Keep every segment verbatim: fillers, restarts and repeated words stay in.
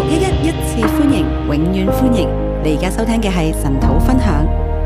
六一一一次歡迎，永遠歡迎！你而家收聽嘅係神土分享。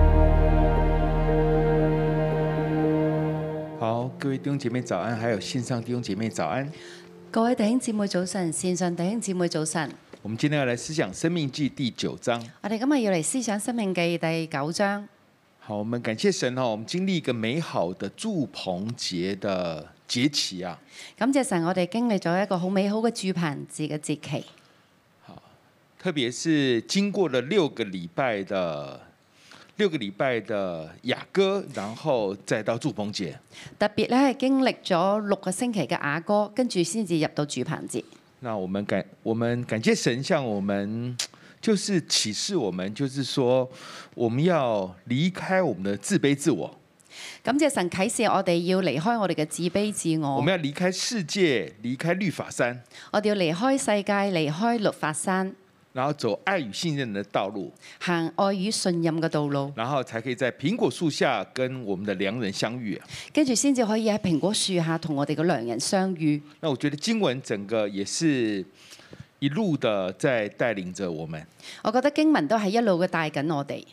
好，各位弟兄姐妹早安，還有線上弟兄姐妹早安。 各位弟兄姊妹早晨，線上弟兄姊妹早晨。 我們今天要來思想《申命記》第九章。 我哋今日要嚟思想《申命記》第九章。 好，我們感謝神哦，我們經歷一個美好的住棚節的節期啊。 感謝神，我哋經歷咗一個好美好嘅住棚節嘅節期。 好，特別是經過了六個禮拜的六個禮拜的雅歌，然後再到住棚節。 特別咧係經歷咗六個星期嘅雅歌，跟住先至入到住棚節。 那我們感我們感謝神，向我們就是啟示我們，就是說我們要離開我們的自卑自我。 感謝神啟示我哋要離開我哋嘅自卑自我。 我們要離開世界，離開律法山。 我哋要離開世界，離開律法山， 然後走愛與信任的道路， 行愛與信任嘅道路， 然後才可以在蘋果樹下跟我們的良人相遇。 跟住先至可以喺蘋果樹下同我哋嘅良人相遇。 那我覺得經文整個也是一路的在帶領着我們。 我覺得經文都係一路嘅帶緊我哋。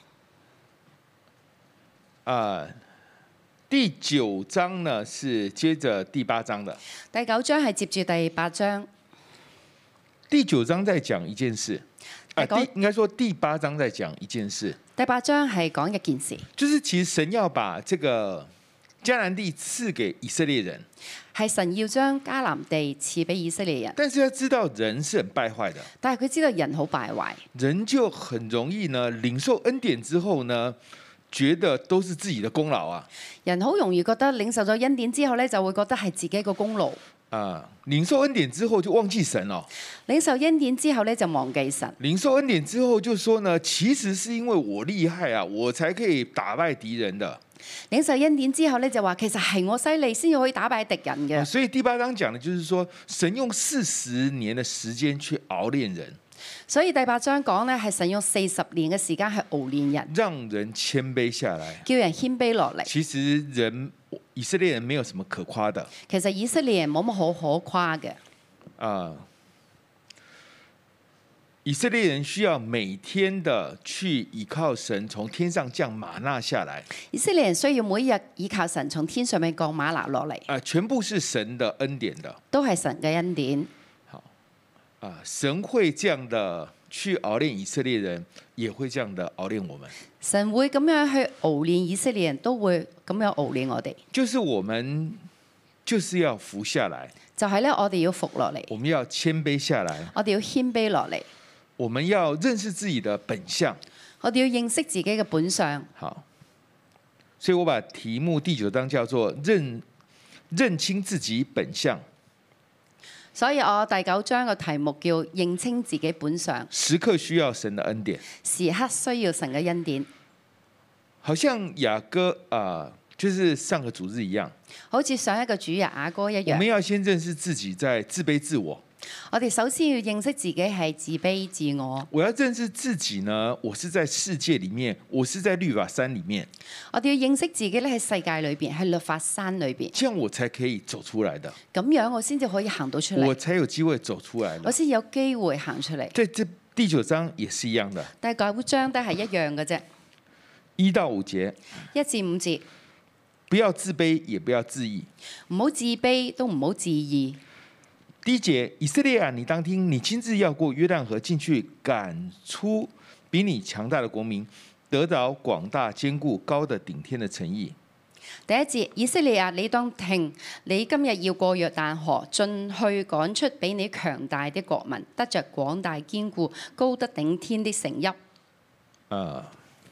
啊、呃，第九章呢是接着第八章的。 第九章係接住第八章。 第九章在講一件事，啊、呃，第應該說第八章在講一件事。 第八章係講一件事， 就是其實神要把這個迦南地賜給以色列人， 係神要將迦南地賜俾以色列人。 但是要知道人是很敗壞的， 但係佢知道人好敗壞， 人就很容易呢領受恩典之後呢，覺得都是自己的功勞啊。 人好容易覺得領受咗恩典之後呢，就會覺得係自己個功勞。 啊！領受恩典之後就忘記神哦。 領受恩典之後呢，就忘記神。 領受恩典之後就說呢，其實是因為我厲害啊，我才可以打敗敵人的。 領受恩典之後呢，就話其實係我犀利先至可以打敗敵人嘅。 啊，所以第八章講的就是說，神用四十年的時間去熬練人。 所以第八章講呢，係神用四十年嘅時間去熬練人， 讓人謙卑下來， 叫人謙卑落嚟。 其實人。以色列人沒有什麼可誇的。 其實以色列人冇乜好可誇嘅。 啊，以色列人需要每天的去依靠神，從天上降瑪納下來。 以色列人需要每日依靠神，從天上面降瑪納落嚟。 啊，全部是神的恩典的， 都係神嘅恩典。 好，啊，神會這樣的去熬練以色列人，也會這樣的熬練我們。 神會咁樣去熬練以色列人，都會咁樣熬練我哋。 就是我們就是要服下來， 就係咧，我哋要服落嚟， 我們要謙卑下來， 我哋要謙卑落嚟， 我們要認識自己的本相， 我哋要認識自己嘅本相。 好，所以我把題目第九章叫做認認清自己本相。 所以我第九章嘅題目叫認清自己本相， 時刻需要神的恩典， 時刻需要神嘅恩典。 好像雅歌啊、呃，就是上個主日一樣， 好似上一個主日雅歌一樣。 我們要先認識自己在自卑自我。 我哋首先要認識自己係自卑自我。 我要認識自己呢，我是在世界裡面，我是在律法山裡面。 我哋要認識自己咧喺世界裏邊，喺律法山裏邊。 這樣我才可以走出來的。 咁樣我先至可以行到出嚟。 我才有機會走出來的。 我先有機會行出嚟。 在這第九章也是一樣的。 第九章都係一樣嘅啫。 一到五節。 一至五節。 不要自卑，也不要自義。 唔好自卑，都唔好自義。 第一節，以色列啊，你當聽，你親自要過約旦河進去，趕出比你強大的國民，得着廣大堅固高的頂天的城邑。 第一節，以色列啊，你當聽，你今日要過約旦河進去，趕出比你強大的國民，得着廣大堅固高得頂天的城邑。 啊，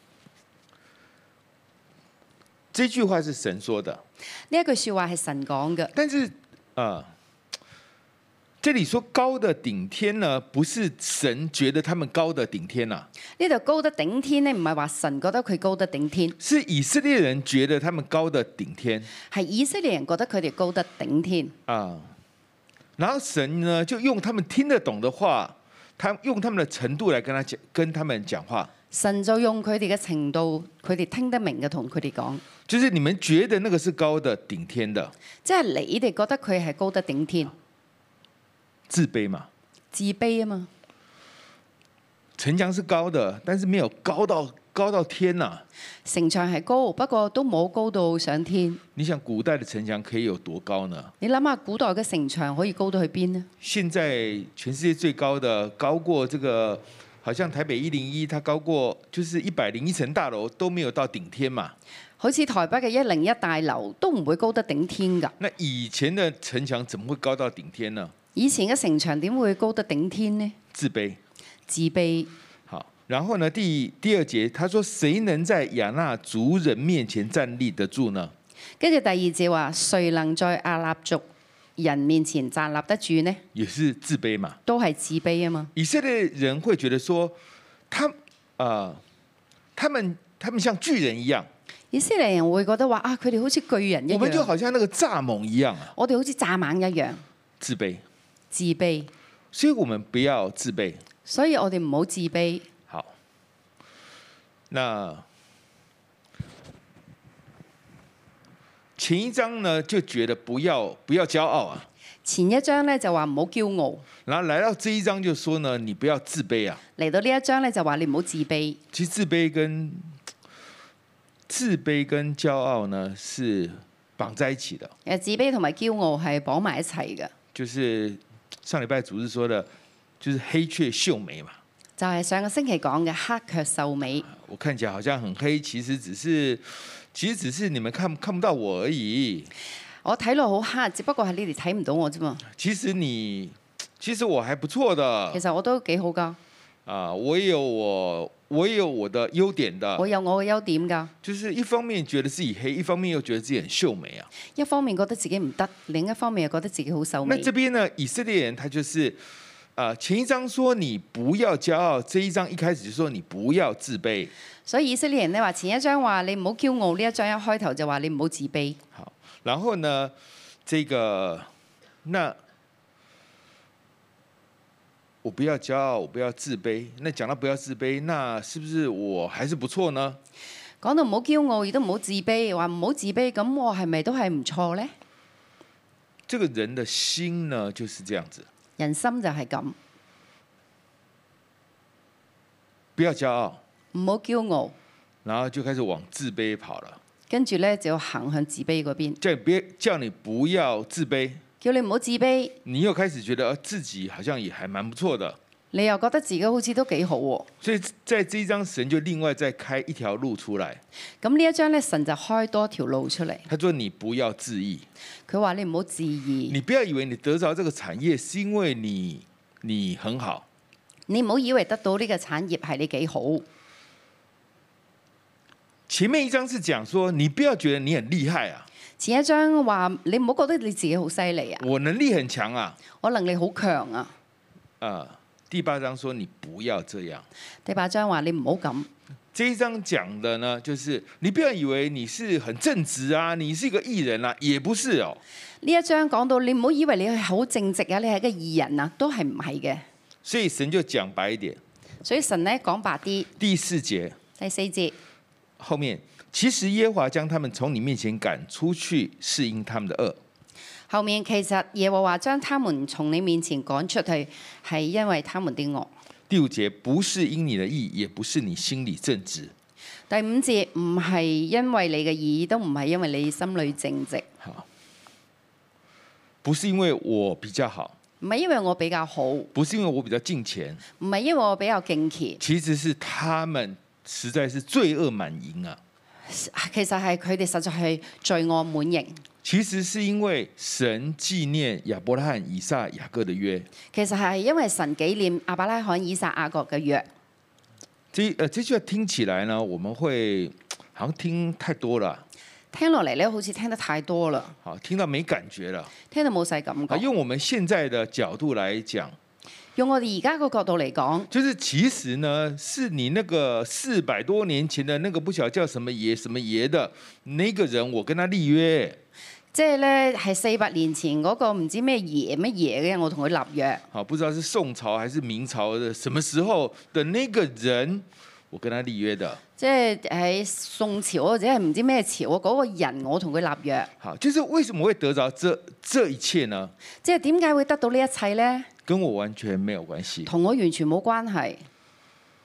這句話是神說的。 呢一句說話係神講嘅。 但是啊。這裡說高的頂天呢，不是神覺得他們高的頂天啊。 呢度高得頂天呢，唔係話神覺得佢高得頂天， 是以色列人覺得他們高的頂天。 係以色列人覺得佢哋高得頂天。 啊，然後神呢就用他們聽得懂的話，他用他們的程度來跟他講，跟他們講話。 神就用佢哋嘅程度，佢哋聽得明嘅同佢哋講。 就是你們覺得那個是高的頂天的， 即係你哋覺得佢係高得頂天。 自卑嘛？ 自卑啊嘛。 城牆是高的，但是沒有高到高到天呐、啊。 城牆係高，不過都冇高到上天。 你想古代的城牆可以有多高呢？ 你諗下古代嘅城牆可以高到去邊呢？ 現在全世界最高的，高過這個，好像台北一零一，它高過就是一百零一層大樓都沒有到頂天嘛。 好似台北嘅一零一大樓都唔會高得頂天㗎。 那以前的城牆怎麼會高到頂天呢？ 以前嘅城牆點會高得頂天呢？ 自卑， 自卑。 好，然後呢，第第二節，他說：誰能在亞衲族人面前站立得住呢？ 跟住第二節話：誰能在亞衲族人面前站立得住呢？ 也是自卑嘛， 都係自卑啊嘛。 以色列人會覺得說，他啊、呃，他們他們像巨人一樣。 以色列人會覺得話啊，佢哋好似巨人一樣。 我們就好像那個蚱蜢一樣啊。 我哋好似蚱蜢一樣。 自卑。 自卑。 所以我們不要自卑。 所以我哋唔好自卑。 好。那前一章呢就覺得不要不要驕傲啊。 前一章呢就話唔好驕傲。 然後來到這一章就說呢，你不要自卑啊。 嚟到呢一章呢就話你唔好自卑。 其實自卑跟自卑跟驕傲呢是綁在一起的。 誒，自卑同埋驕傲係綁埋一齊嘅。 就是上禮拜主日說的，就是黑卻秀美嘛。 就係上個星期講嘅黑卻秀美。 我看起來好像很黑，其實只是，其實只是你們看看不到我而已。 我睇落好黑，只不過係你哋睇唔到我啫嘛。 其實你，其實我還不錯的。 其實我都幾好噶。 啊，我也有我，我也有我的優點的。 我有我嘅優點㗎。就是一方面覺得自己黑，一方面又覺得自己很秀美啊。 一方面覺得自己唔得，另一方面又覺得自己好秀美。 那這邊呢，以色列人他就是，啊，前一章說你不要驕傲，這一章一開始就說你不要自卑。 所以以色列人呢話前一章話你唔好驕傲，呢一章一開頭就話你唔好自卑。 好，然後呢，這個那。我不要驕傲，我不要自卑。那講到不要自卑，那是不是我還是不錯呢？ 講到唔好驕傲，亦都唔好自卑，話唔好自卑，咁我係咪都係唔錯呢？ 這個人的心呢，就是這樣子。 人心就係咁。 不要驕傲， 唔好驕傲， 然後就開始往自卑跑了。 跟住咧就行向自卑嗰邊。 叫你別叫你不要自卑。 叫你唔好自卑， 你又開始覺得自己好像也還蠻不錯的， 你又覺得自己好似都幾好喎。 所以在這一章神就另外再開一條路出來。 咁呢一章咧神就開多條路出嚟。 他說你不要自義， 佢話你唔好自義， 你不要以為你得着這個產業是因為你你很好， 你唔好以為得到呢個產業係你幾好。 前面一章是講說你不要覺得你很厲害啊。 前一章話你唔好覺得你自己好犀利啊！ 我能力很強啊！ 我能力好強啊！ 啊，第八章說你不要這樣。 第八章話你唔好咁。 這一章講的呢，就是你不要以為你是很正直啊，你是一個義人啊，也不是哦。 呢一章講到你唔好以為你係好正直啊，你係一個義人啊，都係唔係嘅。 所以神就講白一點。 所以神呢講白啲。 第四節。 第四節後面。其實耶和華將他們從你面前趕出去，是因他們的惡。 後面其實耶和華將他們從你面前趕出去，係因為他們的惡。 第五節不是因你的義，也不是你心裏正直。 第五節唔係因為你嘅義，都唔係因為你心裏正直。 好，不是因為我比較好， 唔係因為我比較好， 不是因為我比較敬虔， 唔係因為我比較敬虔， 其實是他們實在是罪惡滿盈啊。 其實係佢哋實在係罪惡滿盈。 其實是因為神紀念亞伯拉罕、以撒、雅各的約。 其實係因為神紀念亞伯拉罕、以撒、雅各嘅約。 這呃這句話聽起來呢，我們會好像聽太多了。 聽落嚟咧，好似聽得太多啦。 好，聽到沒感覺了。 聽到冇晒感覺。 用我們現在的角度來講。 用我哋而家個角度嚟講， 就是其實呢，是你那個四百多年前的那個不曉得叫什麼爺什麼爺的那個人，我跟他立約。 即係咧，係四百年前嗰個唔知咩爺乜爺嘅人，我同佢立約。 好，不知道是宋朝還是明朝的什麼時候的那個人，我跟他立約的。 即係喺宋朝或者係唔知咩朝嗰個人，我同佢立約。 好，就是為什麼會得着這這一切呢？ 即係點解會得到呢一切呢？ 跟我完全沒有關係， 同我完全冇關係。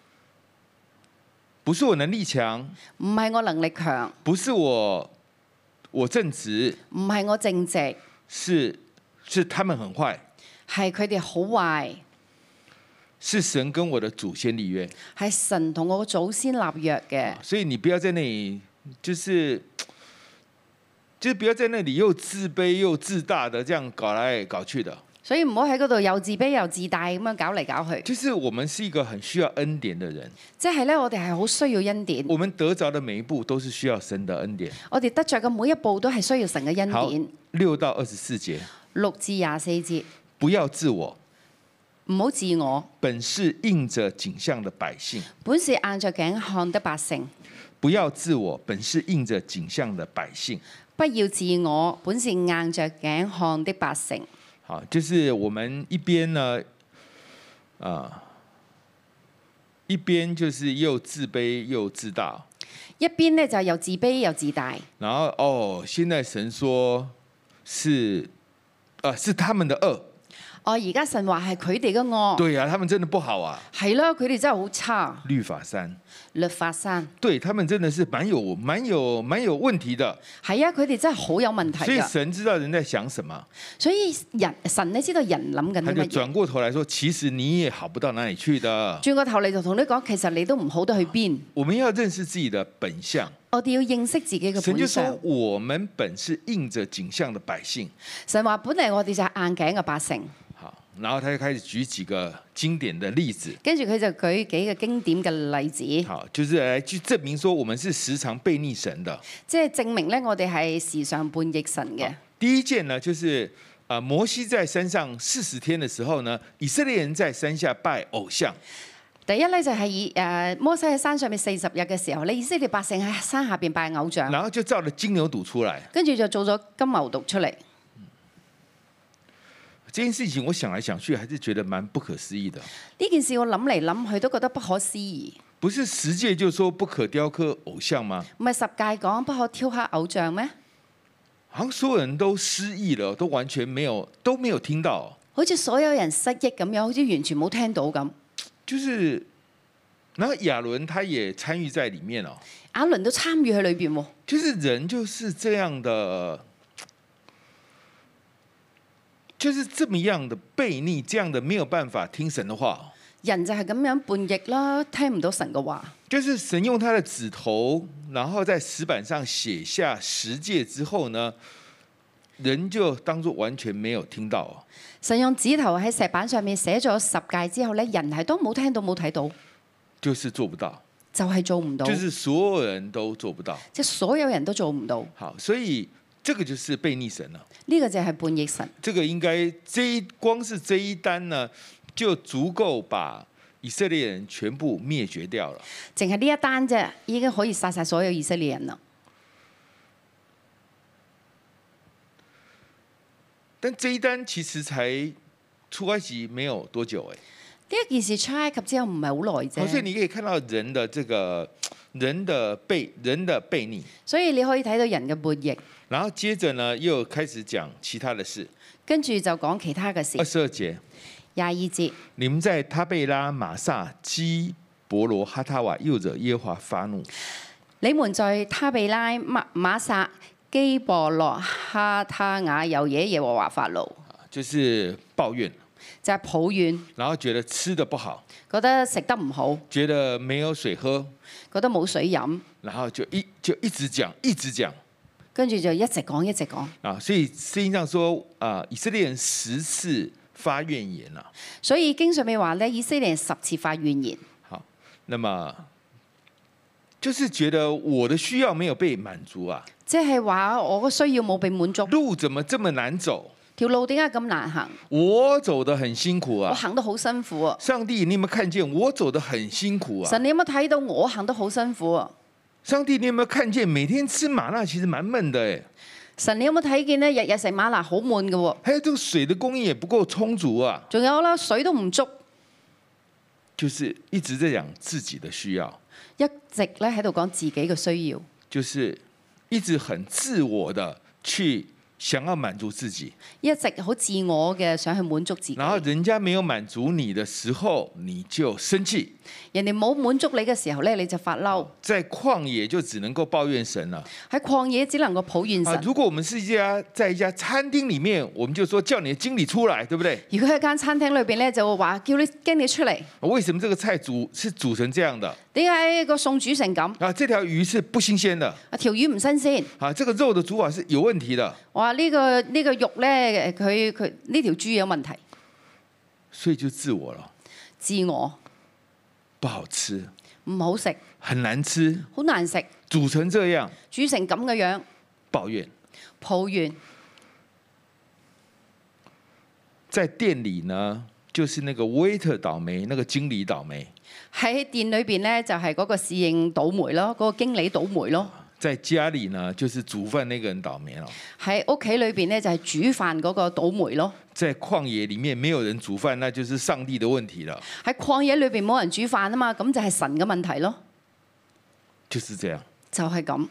不是我能力強， 唔係我能力強， 不是我我正直， 唔係我正直， 是是他們很壞， 係佢哋好壞， 是神跟我的祖先立約。 係神同我個祖先立約嘅。 所以你不要在那裡，就是就是不要在那裡又自卑又自大的這樣搞來搞去的。 所以唔好喺嗰度又自卑又自大咁樣搞嚟搞去。 就是我們是一個很需要恩典的人， 即係咧，我哋係好需要恩典。 我們得着的每一步都是需要神的恩典。 我哋得着嘅每一步都係需要神嘅恩好， 典。 六到二十四節， 六至廿四節， 不要自我， 唔好自我， 本是硬着頸項的百姓。 本是硬着頸項的百姓。 不要自我，本是硬着頸項的百姓。 不要自我，本是硬着頸項的百姓。 好，就是我們一邊呢，啊，一邊就是又自卑又自大， 一邊呢就又自卑又自大。 然後哦，現在神說是，啊，是他們的惡。 哦，而家神話係佢哋嘅惡。 對啊，他們真的不好啊。 係啦，佢哋真係好差。 律法山， 律法山， 對他們真的是蠻有、蠻有、蠻有問題的。 係啊，佢哋真係好有問題㗎。 所以神知道人在想什麼， 所以人神你知道人諗緊他就啲乜嘢。 轉過頭來說，其實你也好不到哪裡去的。 轉個頭嚟就同你講，其實你都唔好得去邊。 我們要認識自己的本相。 我哋要認識自己嘅神就本相說：。我們本是硬着頸項的百姓。 神話本嚟我哋就係硬頸嘅百姓。 好，然後他就開始舉幾個經典的例子。 跟住佢就舉幾個經典嘅例子， 好，就是來去證明說我們是時常悖逆神的。 即係證明咧，我哋係時常叛逆神嘅。 第一件呢，就是啊，摩西在山上四十天的時候呢，以色列人在山下拜偶像。 第一咧就係以誒摩西喺山上面四十日嘅時候，你以色列百姓喺山下邊拜偶像， 然後就造了金牛犢出來。 跟住就做咗金牛犢出嚟。 這件事情我想來想去，還是覺得蠻不可思議的。 呢件事我諗嚟諗去都覺得不可思議。 不是十誡就說不可雕刻偶像嗎？ 唔係十誡講不可雕刻偶像咩？ 好像所有人都失憶了，都完全沒有都沒有聽到。 好似所有人失憶咁樣，好似完全冇聽到咁。 就是，然後亞倫他也參與在裡面哦。 亞倫都參與喺裏邊喎。 就是人就是這樣的。就是這麼樣的悖逆，這樣的沒有辦法聽神的話。 人就係咁樣叛逆啦，聽唔到神嘅話。 就是神用他的指頭，然後在石板上寫下十誡之後呢，人就當作完全沒有聽到。 神用指頭喺石板上面寫咗十誡之後咧，人係都冇聽到冇睇到， 就是做不到， 就係做唔到， 就是所有人都做不到， 即係所有人都做唔到。 好，所以這個就是悖逆神了。 呢個就係叛逆神。 這個應該這一光是這一單呢，就足夠把以色列人全部滅絕掉了。 淨係呢一單啫，已經可以殺晒所有以色列人啦。 但這一單其實才出埃及沒有多久誒。 呢一件事出埃及之後唔係好耐啫。 所以你可以看到人的這個人的悖人的悖逆。 所以你可以睇到人嘅叛逆。 然後接着呢，又開始講其他的事。 跟住就講其他嘅事。 二十二節， 廿二節， 你們在他貝拉、瑪撒、基伯羅、哈他瓦又惹耶和華發怒。 你們在他貝拉、馬瑪撒、基伯羅、哈他瓦又惹耶和華發怒。 就是抱怨， 就係抱怨， 然後覺得吃得不好， 覺得食得唔好， 覺得沒有水喝， 覺得冇水飲， 然後就一就一直講，一直講。 跟住就一直講一直講。 啊，所以聖經上說啊，以色列人十次發怨言啦。 所以經上面話咧，以色列人十次發怨言。 好，那麼就是覺得我的需要沒有被滿足啊。 即係話我個需要冇被滿足。 路怎麼這麼難走？ 條路點解咁難行？ 我走得很辛苦啊。 我行得好辛苦啊。 上帝，你有沒有看見我走得很辛苦啊？ 神，你有冇睇到我行得好辛苦啊？ 上帝，你有沒有看見每天吃瑪納其實蠻悶的誒？ 神，你有冇睇見咧？日日食瑪納好悶嘅喎。 還有這個水的供應也不夠充足啊。 仲有啦，水都唔足。 就是一直在講自己的需要， 一直咧喺度講自己嘅需要， 就是一直很自我的去想要滿足自己， 一直好自我嘅想去滿足自己。 然後人家沒有滿足你的時候，你就生氣。 人哋冇滿足你嘅時候咧，你就發嬲。 在曠野就只能夠抱怨神了。 喺曠野只能夠抱怨神。 啊，如果我們是一家在一家餐廳裡面，我們就說叫你的經理出來，對不對？ 如果喺間餐廳裏邊咧，就會話叫你經理出嚟。 為什麼這個菜煮是煮成這樣的？ 點解個餸煮成咁？ 啊，這條魚是不新鮮的。 啊，條魚唔新鮮。 啊，這個肉的煮法是有問題的。 話呢、這個呢、這個肉咧，佢佢呢條豬有問題。 所以就自我了。 自我。 不好吃。 唔好食。 很難吃。 好難食。 煮成這樣。 煮成咁嘅樣。 抱怨。 抱怨。 在店裡呢，就是那個 waiter 倒霉，那個經理倒霉。 喺店裏邊咧，就係嗰個侍應倒霉咯，嗰、那個經理倒霉咯。 在家裡呢，就是煮飯那個人倒霉咯。 喺屋企裏邊咧，就係煮飯嗰個倒霉咯。 在曠野裡面沒有人煮飯，那就是上帝的問題了。 喺曠野裏邊冇人煮飯啊嘛，咁就係神嘅問題咯。 就是這樣。 就係咁。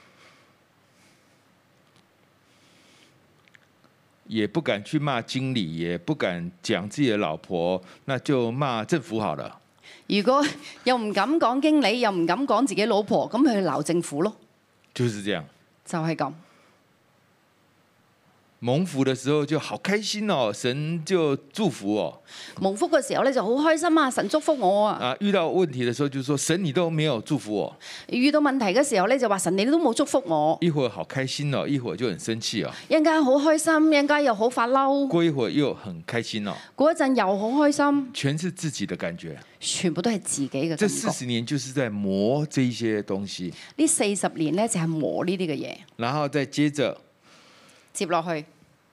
也不敢去罵經理，也不敢講自己的老婆，那就罵政府好了。 如果又唔敢講經理，又唔敢講自己老婆，咁佢去鬧政府咯。 就是這樣。 就係咁。 蒙福的時候就好開心哦，神就祝福哦。 蒙福嘅時候咧就好開心啊，神祝福我啊。 啊，遇到問題的時候就說神你都沒有祝福我。 遇到問題嘅時候咧就話神你都冇祝福我。 一會兒好開心哦，一會兒就很生氣哦。 一陣間好開心，一陣間又好發嬲。 過一會兒又很開心哦。 過一陣又好開心。 全是自己的感覺。 全部都係自己嘅感覺。 這四十年就是在磨這一些東西。 呢四十年咧就係磨呢啲嘅嘢。 然後再接着接落去。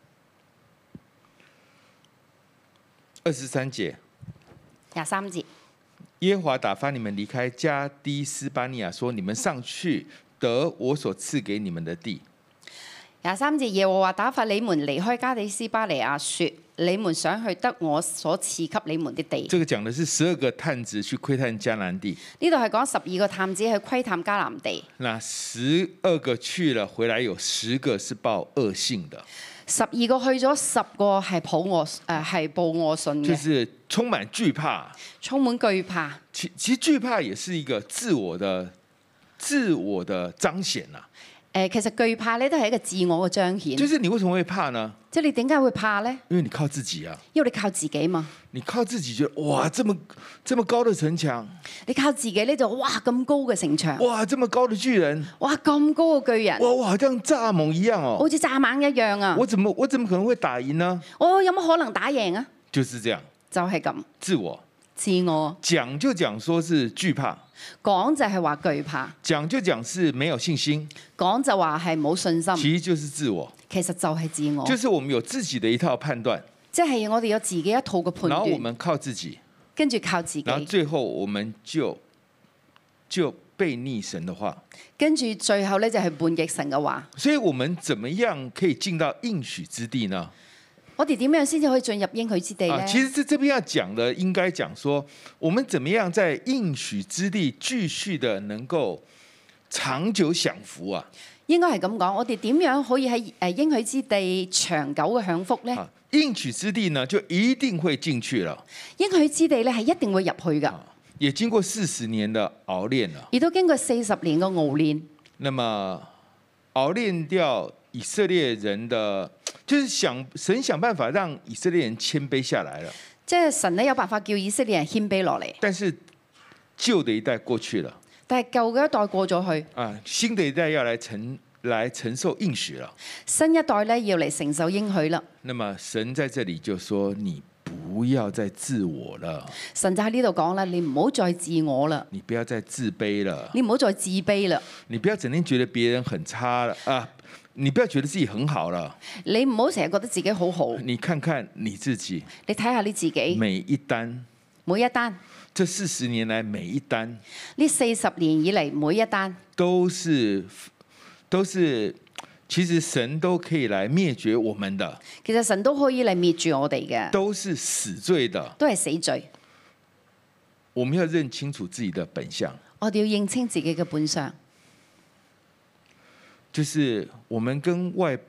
二十三節， 廿三節， 耶和華打發你們離開加低斯巴尼亞，說你們上去得我所賜給你們的地。 廿三節，耶和華打發你們離開加低斯巴尼亞，說你們想去得我所賜給你們的地。 這個講的是十二個探子去窺探迦南地。 呢度係講十二個探子去窺探迦南地。 那十二個去了，回來有十個是報惡信的。 十二個去咗，十個係抱惡誒係報惡信嘅， 就是充滿懼怕， 充滿懼怕。 其其實懼怕也是一個自我的自我的彰顯啦。 誒，其實懼怕咧都係一個自我嘅彰顯。 就是你為什麼會怕呢？ 即係你點解會怕咧？ 因為你靠自己啊。 因為你靠自己嘛。 你靠自己覺得哇，這麼這麼高的城牆。 你靠自己咧就哇咁高嘅城牆。 哇，這麼高的巨人。 哇咁高嘅巨人。 哇，我好像蚱蜢一樣哦。 好似蚱蜢一樣啊。 我怎麼我怎麼可能會打贏呢？ 我有冇可能打贏啊？ 就是這樣。 就係咁。 自我。 自我。 講就講說是懼怕。 講就係話懼怕。 講就講是沒有信心。 講就話係冇信心。 其實就是自我。 其實就係自我。 就是我們有自己的一套判斷。 即係我哋有自己一套嘅判斷。 然後我們靠自己。 跟住靠自己。 然後最後我們就就背逆神的話。 跟住最後咧就係叛逆神嘅話。 所以我們怎麼樣可以進到應許之地呢？ 我哋點樣先至可以進入應許之地咧？ 啊，其實這這邊要講的，應該講說，我們怎麼樣在應許之地繼續的能夠長久享福啊？ 應該係咁講，我哋點樣可以喺誒應許之地長久嘅享福咧？ 啊，應許之地呢，就一定會進去了。 應許之地咧係一定會入去噶， 也經過四十年的熬練了， 亦都經過四十年嘅熬練。 那麼熬練掉以色列人的。就是想神想辦法讓以色列人謙卑下來了， 即係神咧有辦法叫以色列人謙卑落嚟。 但是舊的一代過去了， 但係舊嘅一代過咗去， 啊，新的一代要來承來承受應許了。 新一代咧要嚟承受應許啦。 那麼神在這裡就說：你不要再自我了。 神就喺呢度講啦，你唔好再自我啦， 你不要再自卑了， 你唔好再自卑啦， 你不要整天覺得別人很差了啊。你不要覺得自己很好了， 你唔好成日覺得自己好好。 你看看你自己， 你睇下你自己， 每一單， 每一單， 這四十年來每一單， 呢四十年以嚟每一單， 都是都是，其實神都可以來滅絕我們的。 其實神都可以嚟滅住我哋嘅， 都是死罪的， 都係死罪。 我們要認清楚自己的本相， 我哋要認清自己嘅本相。 就是我們跟外邦，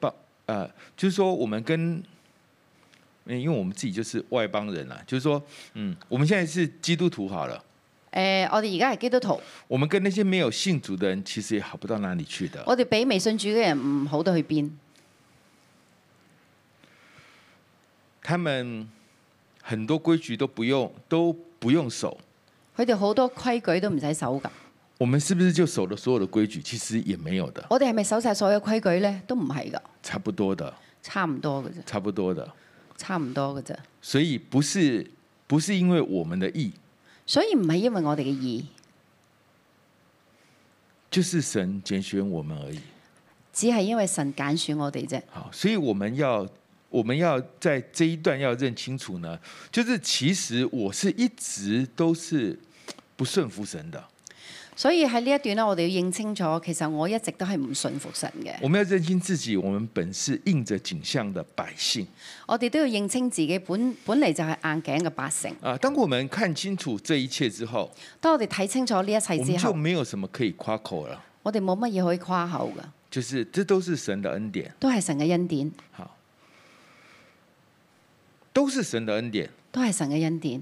呃，就是说我们跟，因为我们自己就是外邦人啦，就是說，嗯，我們現在是基督徒好了。 誒、呃，我哋而家係基督徒， 我們跟那些沒有信主的人，其實也好不到哪裡去的。 我哋比未信主嘅人唔好得去邊。 他們很多規矩都不用都不用守， 佢哋好多規矩都唔使守㗎。 我們是不是就守了所有的規矩？其實也沒有的。 我哋係咪守晒所有規矩呢？都唔係㗎。 差不多的。 差唔多嘅啫。 差不多的。 差唔多嘅啫。 所以不是不是因為我們的義， 所以唔係因為我哋嘅義， 就是神揀選我們而已。 只係因為神揀選我哋啫。 好，所以我們要我們要在這一段要認清楚呢，就是其實我是一直都是不順服神的。 所以喺呢一段呢，我哋要認清楚，其實我一直都係唔順服神嘅。 我們要認清自己，我們本是印着景象的百姓。 我哋都要認清自己本本嚟就係硬頸嘅百姓。 啊，當我們看清楚這一切之後， 當我哋睇清楚呢一切之後， 我們就沒有什麼可以誇口了。 我哋冇乜嘢可以誇口㗎。 就是這都是神的恩典， 都係神嘅恩典。 好，都是神的恩典， 都係神嘅恩典，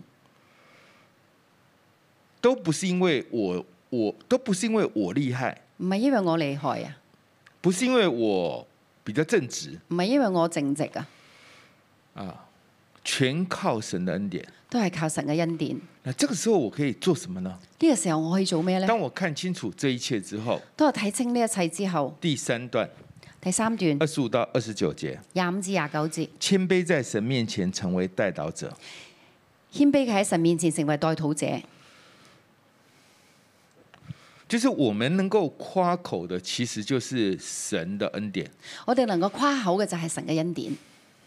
都不是因為我。我都不是因為我厲害， 唔係因為我厲害啊， 不是因為我比較正直， 唔係因為我正直啊， 啊，全靠神的恩典， 都係靠神嘅恩典。 那這個時候我可以做什麼呢？ 呢個時候我可以做咩呢？ 當我看清楚這一切之後， 當我睇清呢一切之後， 第三段， 第三段二十五到二十九節， 廿五至廿九節， 謙卑在神面前成為代禱者， 謙卑喺神面前成為代禱者。 就是我們能夠誇口的，其實就是神的恩典。 我哋能夠誇口嘅就係神嘅恩典，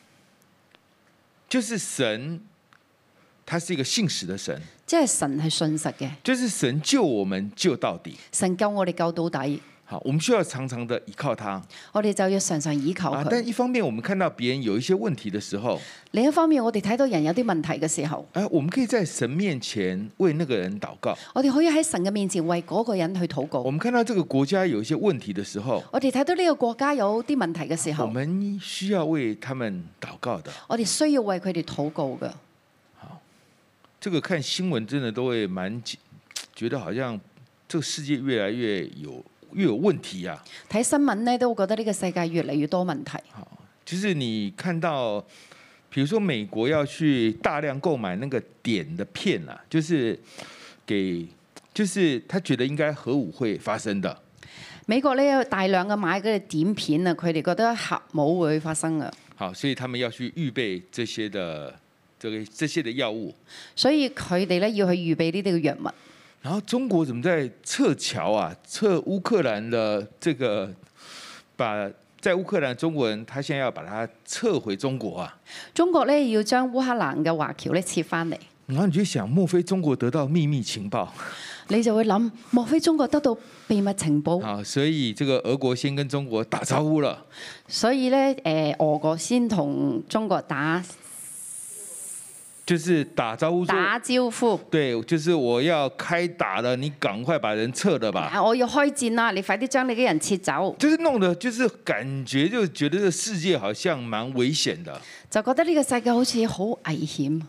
就是神，他是一個信實的神， 即係神係信實嘅， 就是神救我們救到底， 神救我哋救到底。 好，我們需要常常的依靠他。 我哋就要常常依靠佢。 啊，但一方面，我們看到別人有一些問題的時候， 另一方面，我哋睇到人有啲問題嘅時候， 哎，我們可以在神面前為那個人禱告。 我哋可以喺神嘅面前為嗰個人去禱告。 我們看到這個國家有一些問題的時候， 我哋睇到呢個國家有啲問題嘅時候， 我們需要為他們禱告的。 我哋需要為佢哋禱告嘅。 好，這個看新聞真的都會蠻覺得好像這個世界越來越有。越有問題啊！ 睇新聞呢，都會覺得呢個世界越嚟越多問題。 好，就是你看到，比如說美國要去大量購買那個碘的片啊，就是給，就是他覺得應該核武會發生的。 美國呢有大量嘅買嗰啲碘片啊，佢哋覺得核武會發生嘅。 好，所以他們要去預備這些的，這個這些的藥物。 所以佢哋呢要去預備呢啲嘅藥物。 然後中國怎麼在撤僑啊？撤烏克蘭的這個，把在烏克蘭中國人，他現在要把它撤回中國啊？ 中國呢要將烏克蘭嘅華僑呢撤翻嚟。 然後你就想，莫非中國得到秘密情報？ 你就會諗，莫非中國得到秘密情報？ 啊，所以這個俄國先跟中國打招呼了。 所以呢，誒，俄國先同中國打。 就是打招呼， 打招呼。 對，就是我要開打了，你趕快把人撤了吧。 我要開戰啦，你快啲將你啲人撤走。 就是弄得，就是感覺就覺得這世界好像蠻危險的， 就覺得呢個世界好似好危險。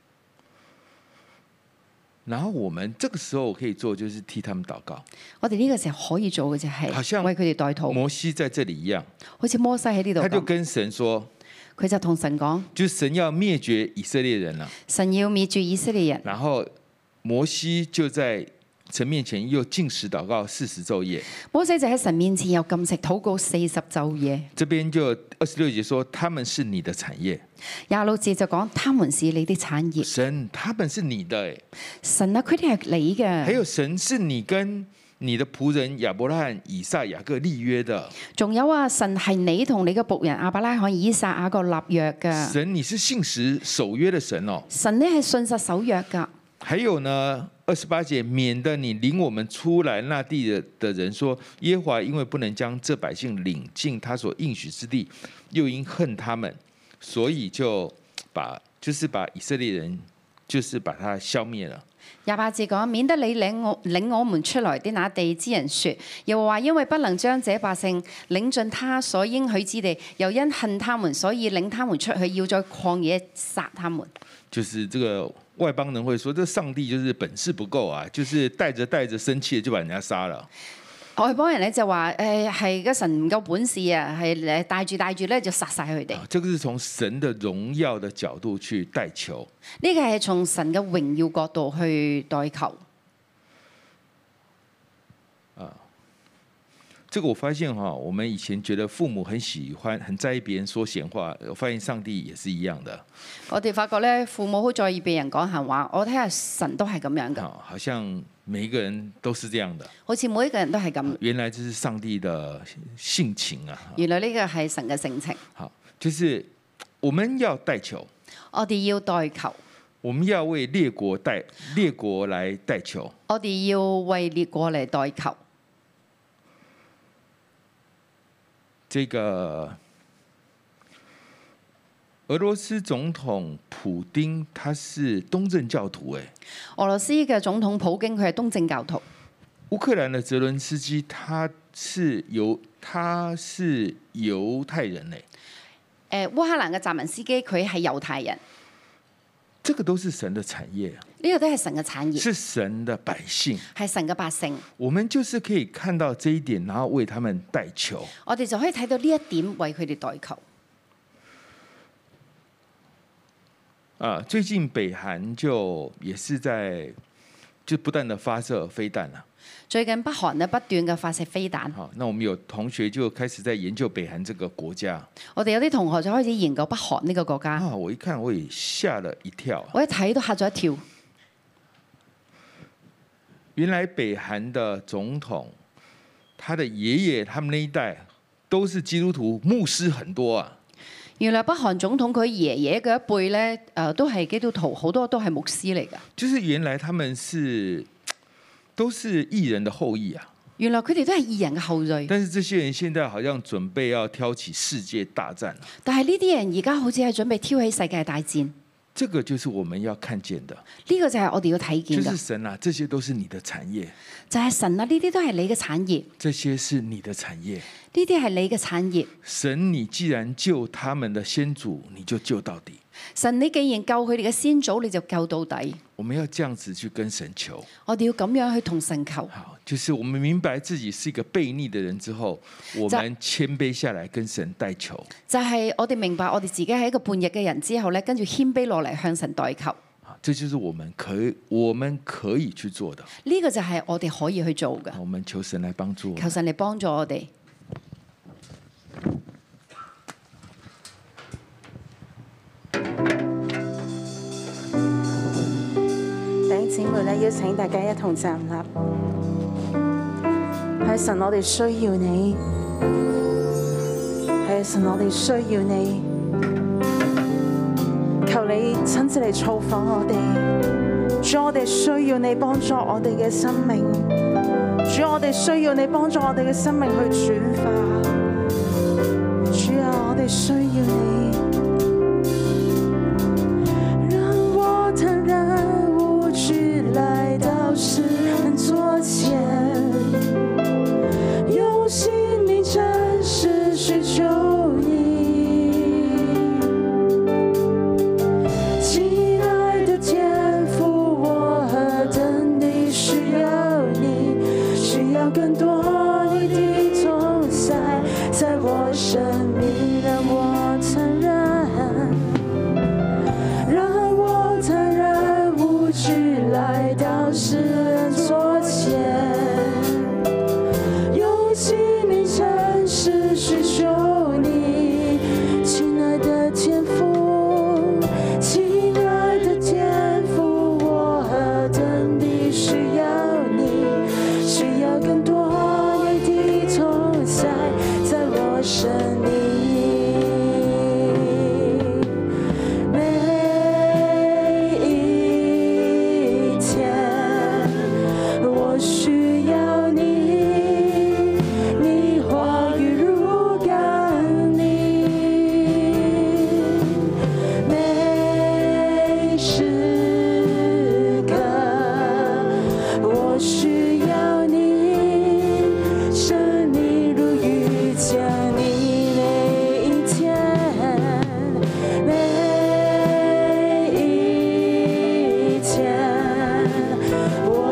然後我們這個時候可以做，就是替他們禱告。 我哋呢個時候可以做嘅就係為佢哋代禱。 摩西在這裡一樣， 好似摩西喺呢度， 他就跟神說。 佢就同神講， 就是神要滅絕以色列人啦。 神要滅絕以色列人。 然後摩西就在神面前又禁食禱告四十晝夜。 摩西就喺神面前又禁食禱告四十晝夜。 這邊就二十六節說，他們是你的產業。 廿六節就講，他們是你的產業。 神，他們是你的。 神啊，佢哋係你嘅。 還有神是你跟你的僕人亞伯拉罕、以撒、雅各立約的。仲有啊，神係你同你嘅僕人亞伯拉罕、以撒、雅各立約嘅。 神，你是信實守約的神哦。 神呢係信實守約噶。 還有呢，二十八節，免得你領我們出來那地的的人說，耶和華因為不能將這百姓領進他所應許之地，又因恨他們，所以就把就是把以色列人就是把它消滅了。 廿八字講，免得你領我領我們出來的那地之人說，又話因為不能將這百姓領進他所應許之地，又因恨他們，所以領他們出去，要在曠野殺他們。 就是這個外邦人會說，這上帝就是本事不夠啊，就是帶着帶着生氣就把人家殺了。 外邦人咧就話誒係個神唔夠本事啊，係誒帶住帶住咧就殺晒佢哋。 這個是從神的榮耀的角度去代求。 呢個係從神嘅榮耀角度去代求。 啊，這個我發現哈，我們以前覺得父母很喜歡、很在意別人說閒話，我發現上帝也是一樣的。 我哋發覺咧，父母好在意別人講閒話，我睇下神都係咁樣嘅。 好像每一個人都是這樣的， 好似每一個人都係咁。 原來這是上帝的性情啊！ 原來呢個係神嘅性情。 好，就是我們要代求， 我哋要代求， 我們要為列國代列國來代求， 我哋要為列國嚟代求。 這個俄羅斯總統普丁，他是東正教徒誒。 俄羅斯嘅總統普京佢係東正教徒。 烏克蘭的澤倫斯基，他是猶他是猶太人誒。 誒，烏克蘭嘅澤文斯基佢係猶太人。 這個都是神的產業， 呢個都係神嘅產業， 是神的百姓， 係神嘅百姓。 我們就是可以看到這一點，然後為他們代求。 我哋就可以睇到呢一點，為佢哋代求。 啊，最近北韓就也是在就不斷的發射飛彈啦。 最近北韓呢不斷嘅發射飛彈。 好，那我們有同學就開始在研究北韓這個國家。 我哋有啲同學就開始研究北韓呢個國家。 啊，我一看我也嚇了一跳。 我一睇都嚇咗一跳。 原來北韓的總統，他的爺爺他們那一代都是基督徒，牧師很多啊。 原來北韓總統佢爺爺嘅一輩咧，誒、呃、都係基督徒，好多都係牧師嚟㗎。 就是原來他們是都是異人的後裔啊。 原來佢哋都係異人嘅後裔。 但是這些人現在好像準備要挑起世界大戰。 但係呢啲人而家好似係準備挑起世界大戰。 這個就是我們要看見的。 呢個就係我哋要睇見嘅。 就是神啊，這些都是你的產業。 就係神啊，呢啲都係你嘅產業。 這些是你的產業。 呢啲係你嘅產業。 神，你既然救他們的先祖，你就救到底。 神，你既然救佢哋嘅先祖，你就救到底。 我們要這樣子去跟神求。 我哋要咁樣去同神求。 好，就是我們明白自己是一個悖逆的人之後，我們謙卑下來跟神代求。 就係我哋明白我哋自己係一個叛逆嘅人之後咧，跟住謙卑落嚟向神代求。 這就是我們可以我們可以去做的。 呢個就係我哋可以去做嘅。 我們求神來幫助我們。 求神嚟幫助我哋。 弟兄姊妹咧，邀請大家一同站立。係神，我哋需要你。係神，我哋需要你。求你親自嚟造訪我哋。主，我哋需要你幫助我哋嘅生命。主，我哋需要你幫助我哋嘅生命去轉化。主啊，我哋需要你。來到世人座前，用心靈真實去求你。親愛的天父，我何等地需要你，需要更多你的同在，在我生命讓我承認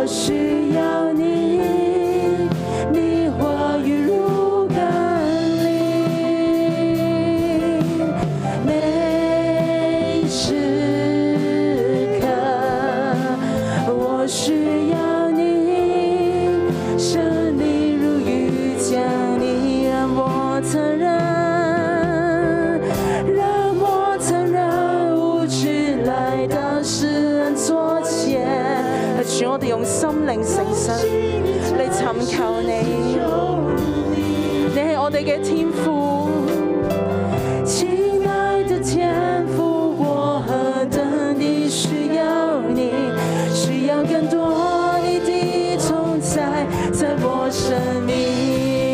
需要你，你话语如甘霖，每时刻我需要你，生命如雨降你，让我承认，让我承认无知来到世人桌前。主，我哋用心靈誠實嚟尋求你，你係我哋嘅天父，親愛的天父，我何等地需要你，需要更多你的同在在我生命。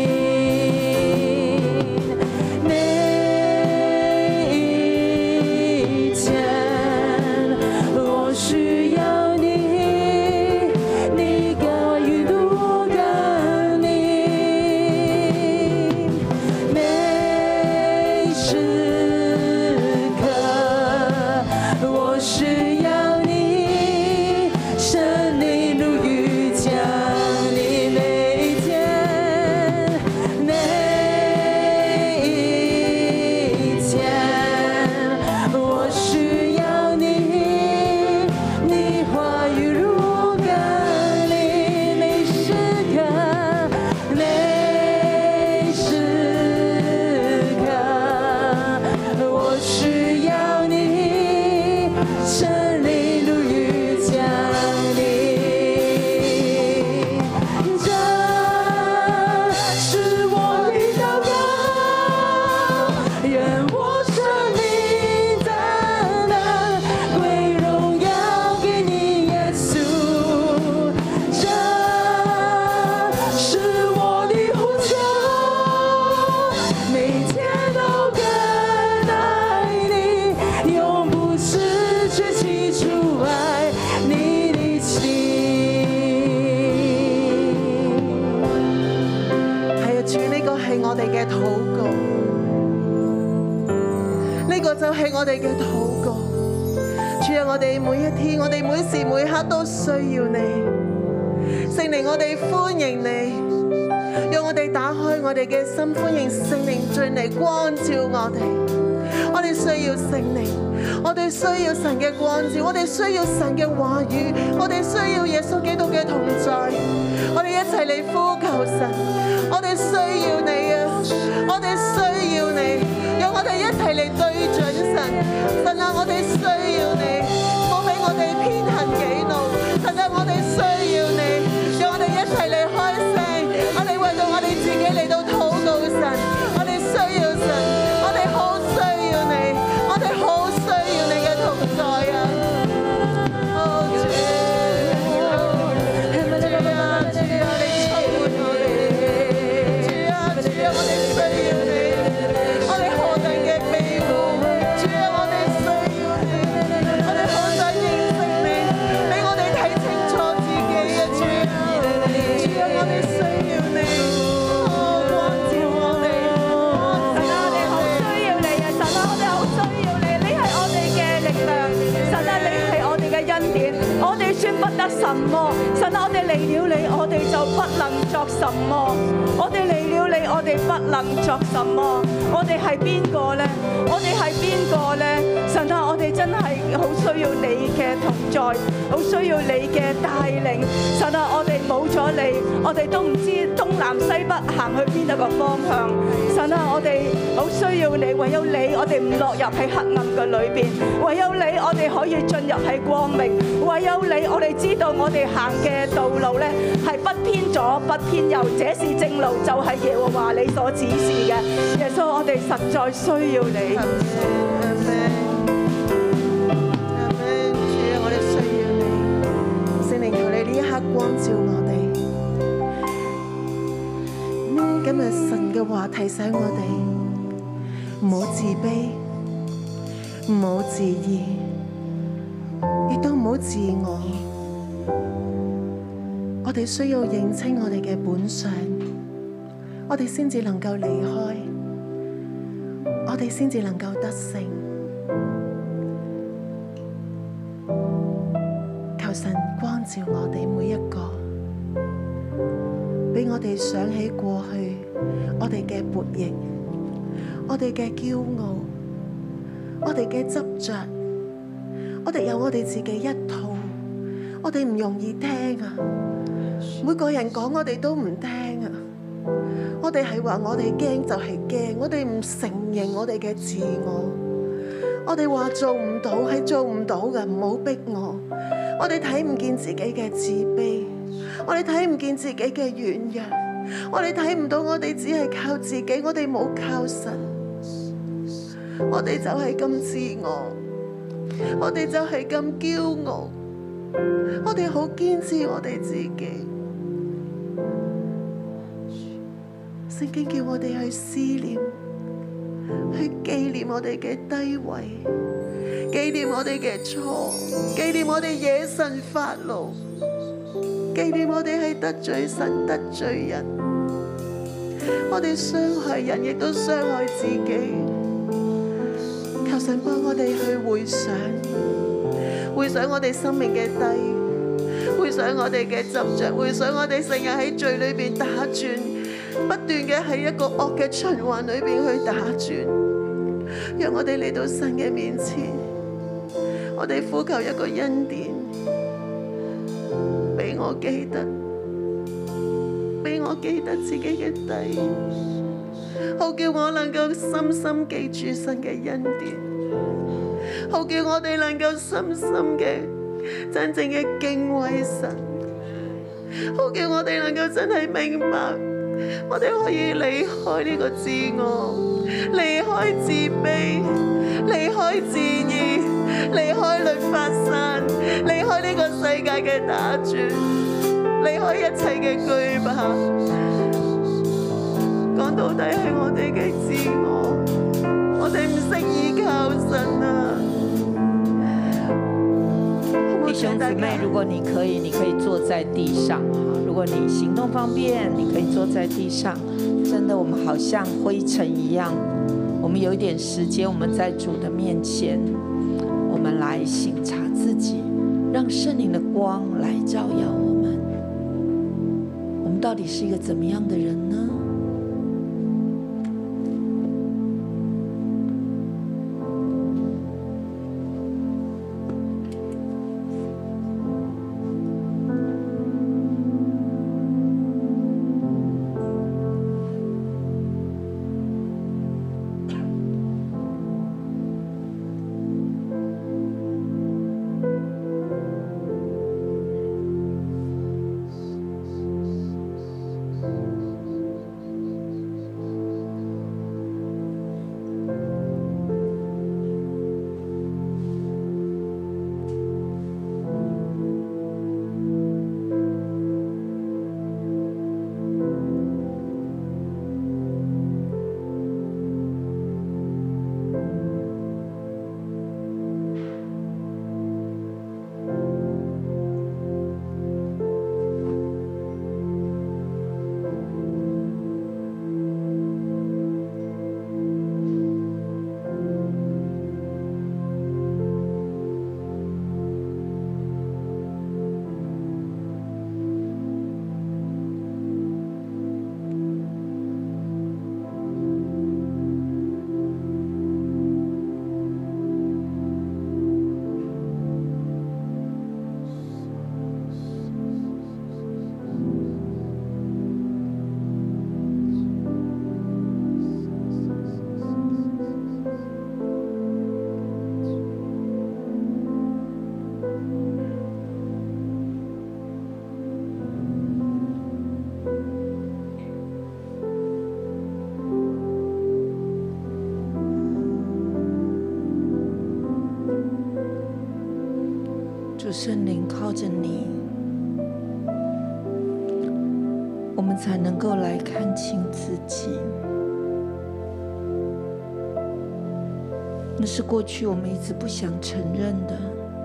我哋嘅禱告，主啊，我哋每一天，我哋每時每刻都需要你，聖靈，我哋歡迎你，讓我哋打開我哋嘅心，歡迎聖靈進嚟光照我哋。我哋需要聖靈，我哋需要神嘅光照，我哋需要神嘅話語，我哋需要耶穌基督嘅同在。我哋一齊嚟呼求神，我哋需要你啊！我哋需要你，讓我哋一齊嚟對準神。神啊，我哋需要你，唔好俾我哋偏行己路。神啊，我哋需要你，讓我哋一齊嚟開聲，我哋為到我哋自己嚟到禱告神，我哋需要神，我哋好需要你，我哋好需要你嘅同在啊！哦，主啊，主啊，主啊，你充滿我哋，主啊，主啊，我哋需要你，我哋何等嘅卑微，主啊，我哋需要你，我哋好想認識你，俾我哋睇清楚自己嘅主啊，主啊，我哋需要你，哦，光照我哋，神啊，我哋好需要你啊！神啊，我哋好需要你，你係我哋嘅力量，神啊，你係我哋嘅恩典，我哋算不得什麼，神啊，我哋離了你，我哋就不能作什麼，我哋離了你，我哋不能作什麼，我哋係邊個呢？我哋係邊個呢？神啊，我哋真係好需要你嘅同在，好需要你嘅帶領。神啊，我哋冇咗你，我哋都唔知東南西北行去邊一個方向。神啊，我哋好需要你，唯有你，我哋唔落入喺黑暗嘅裏邊；唯有你，我哋可以進入喺光明；唯有你，我哋知道我哋行嘅道路咧係不偏左不偏右，這是正路，就係耶和華你所指示嘅。耶穌，我哋實在需要你。阿們，主啊，我哋需要你，聖靈，求你呢一刻光照我哋。今日神嘅話提醒我哋，唔好自卑，唔好自義，亦都唔好自我。我哋需要認清我哋嘅本相，我哋先至能夠離開，我哋先至能夠得勝。求神光照我哋每一個。 我哋想起過去我哋嘅悖逆，我哋嘅驕傲，我哋嘅執着，我哋有我哋自己一套，我哋唔容易聽啊！每個人講我哋都唔聽啊！我哋係話我哋驚就係驚，我哋唔承認我哋嘅自我，我哋話做唔到係做唔到㗎，唔好逼我。我哋睇唔見自己嘅自卑，我哋睇唔見自己嘅軟弱，我哋睇唔到我哋只係靠自己，我哋冇靠神，我哋就係咁自我，我哋就係咁驕傲，我哋好堅持我哋自己。聖經叫我哋去思念，去紀念我哋嘅低位，紀念我哋嘅錯，紀念我哋惹神發怒，紀念我哋係得罪神得罪人，我哋傷害人亦都傷害自己。求神幫我哋去回想，回想我哋生命嘅低，回想我哋嘅執着，回想我哋成日喺罪裏邊打轉，不斷嘅喺一個惡嘅循環裏邊去打轉。讓我哋嚟到神嘅面前，我哋呼求一個恩典，俾我記得，俾我記得自己嘅底，好叫我能夠深深記住神嘅恩典，好叫我哋能夠深深嘅真正嘅敬畏神，好叫我哋能夠真係明白，我哋可以離開呢個自我，離開自卑，離開自義，離開律法山，離開呢個世界嘅打轉，離開一切嘅懼怕。講到底係我哋嘅自我，我哋唔識依靠神啊！ 弟兄姊妹，如果你可以，你可以坐在地上。如果你行動方便，你可以坐在地上。真的，我們好像灰塵一樣。我們有一點時間，我們在主的面前，我們來省察自己，讓聖靈的光來照耀我們。我們到底是一個怎麼樣的人呢？圣灵靠着你，我们才能够来看清自己。那是过去我们一直不想承认的。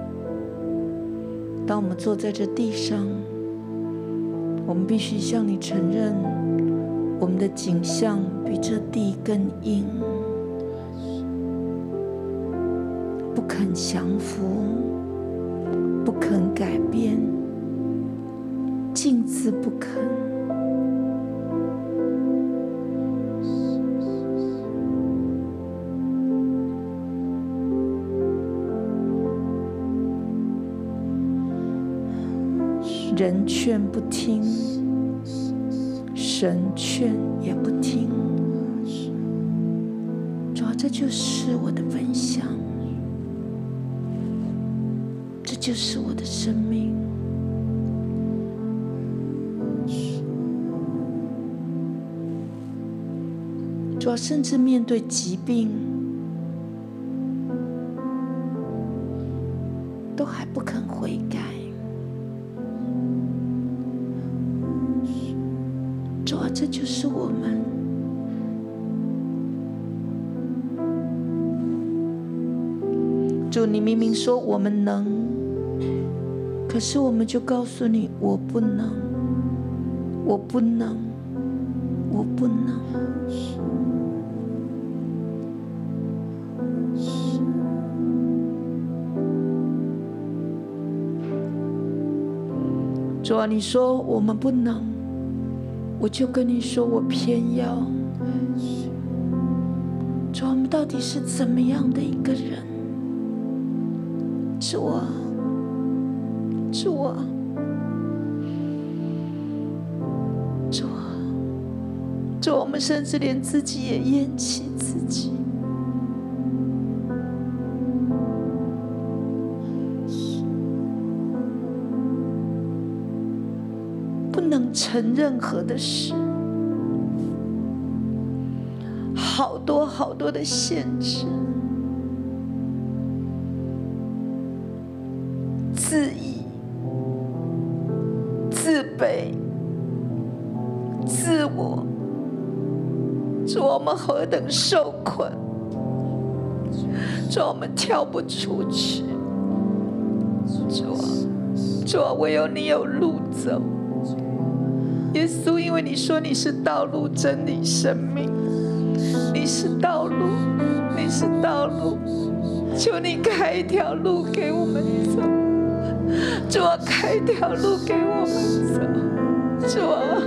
当我们坐在这地上，我们必须向你承认，我们的景象比这地更硬，不肯降服，不肯改变，尽字不肯。 人劝不听，神劝也不听。主啊，这就是我的分享，这就是我的生命。主啊，甚至面对疾病，都还不肯悔改。主啊，这就是我们。主，你明明说我们能，可是我们就告诉你，我不能，我不能，我不能。主啊，你说我们不能，我就跟你说我偏要。主啊，我们到底是怎么样的一个人？主啊，主啊，主啊，主啊，我们甚至连自己也厌弃自己。不能成任何的事，好多好多的限制，自义、自卑、自我，主，我们何等受困，主，我们跳不出去，主啊，主啊，唯有你有路走。耶稣，因为你说你是道路、真理、生命，你是道路，你是道路，求你开一条路给我们走，主啊，开一条路给我们走，主啊，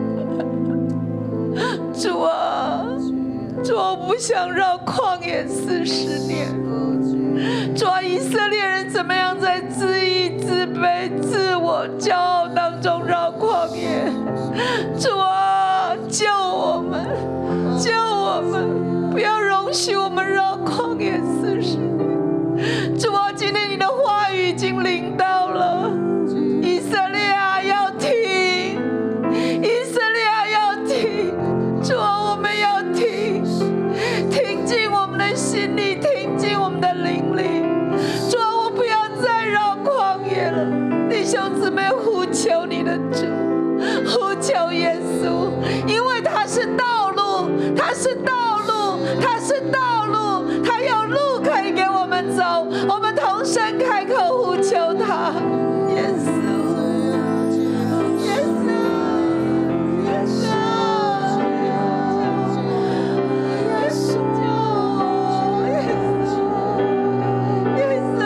主啊，主啊，我不想绕旷野四十年，主啊，以色列人怎么样在自义、自卑、自我、骄傲当中绕旷野？主啊，救我们，救我们，不要容许我们绕旷野四十年。主啊，今天你的话语已经临到了，以色列啊，要听，以色列啊，要听，主啊，我们要听，听进我们的心里，听进我们的灵里。主啊，我不要再绕旷野了，弟兄姊妹，呼求你的主。呼求耶稣，因为他是道路，他是道路，他是道路，他有路可以给我们走。我们同声开口呼求他，耶稣，耶稣，耶稣，耶稣，耶稣，耶稣，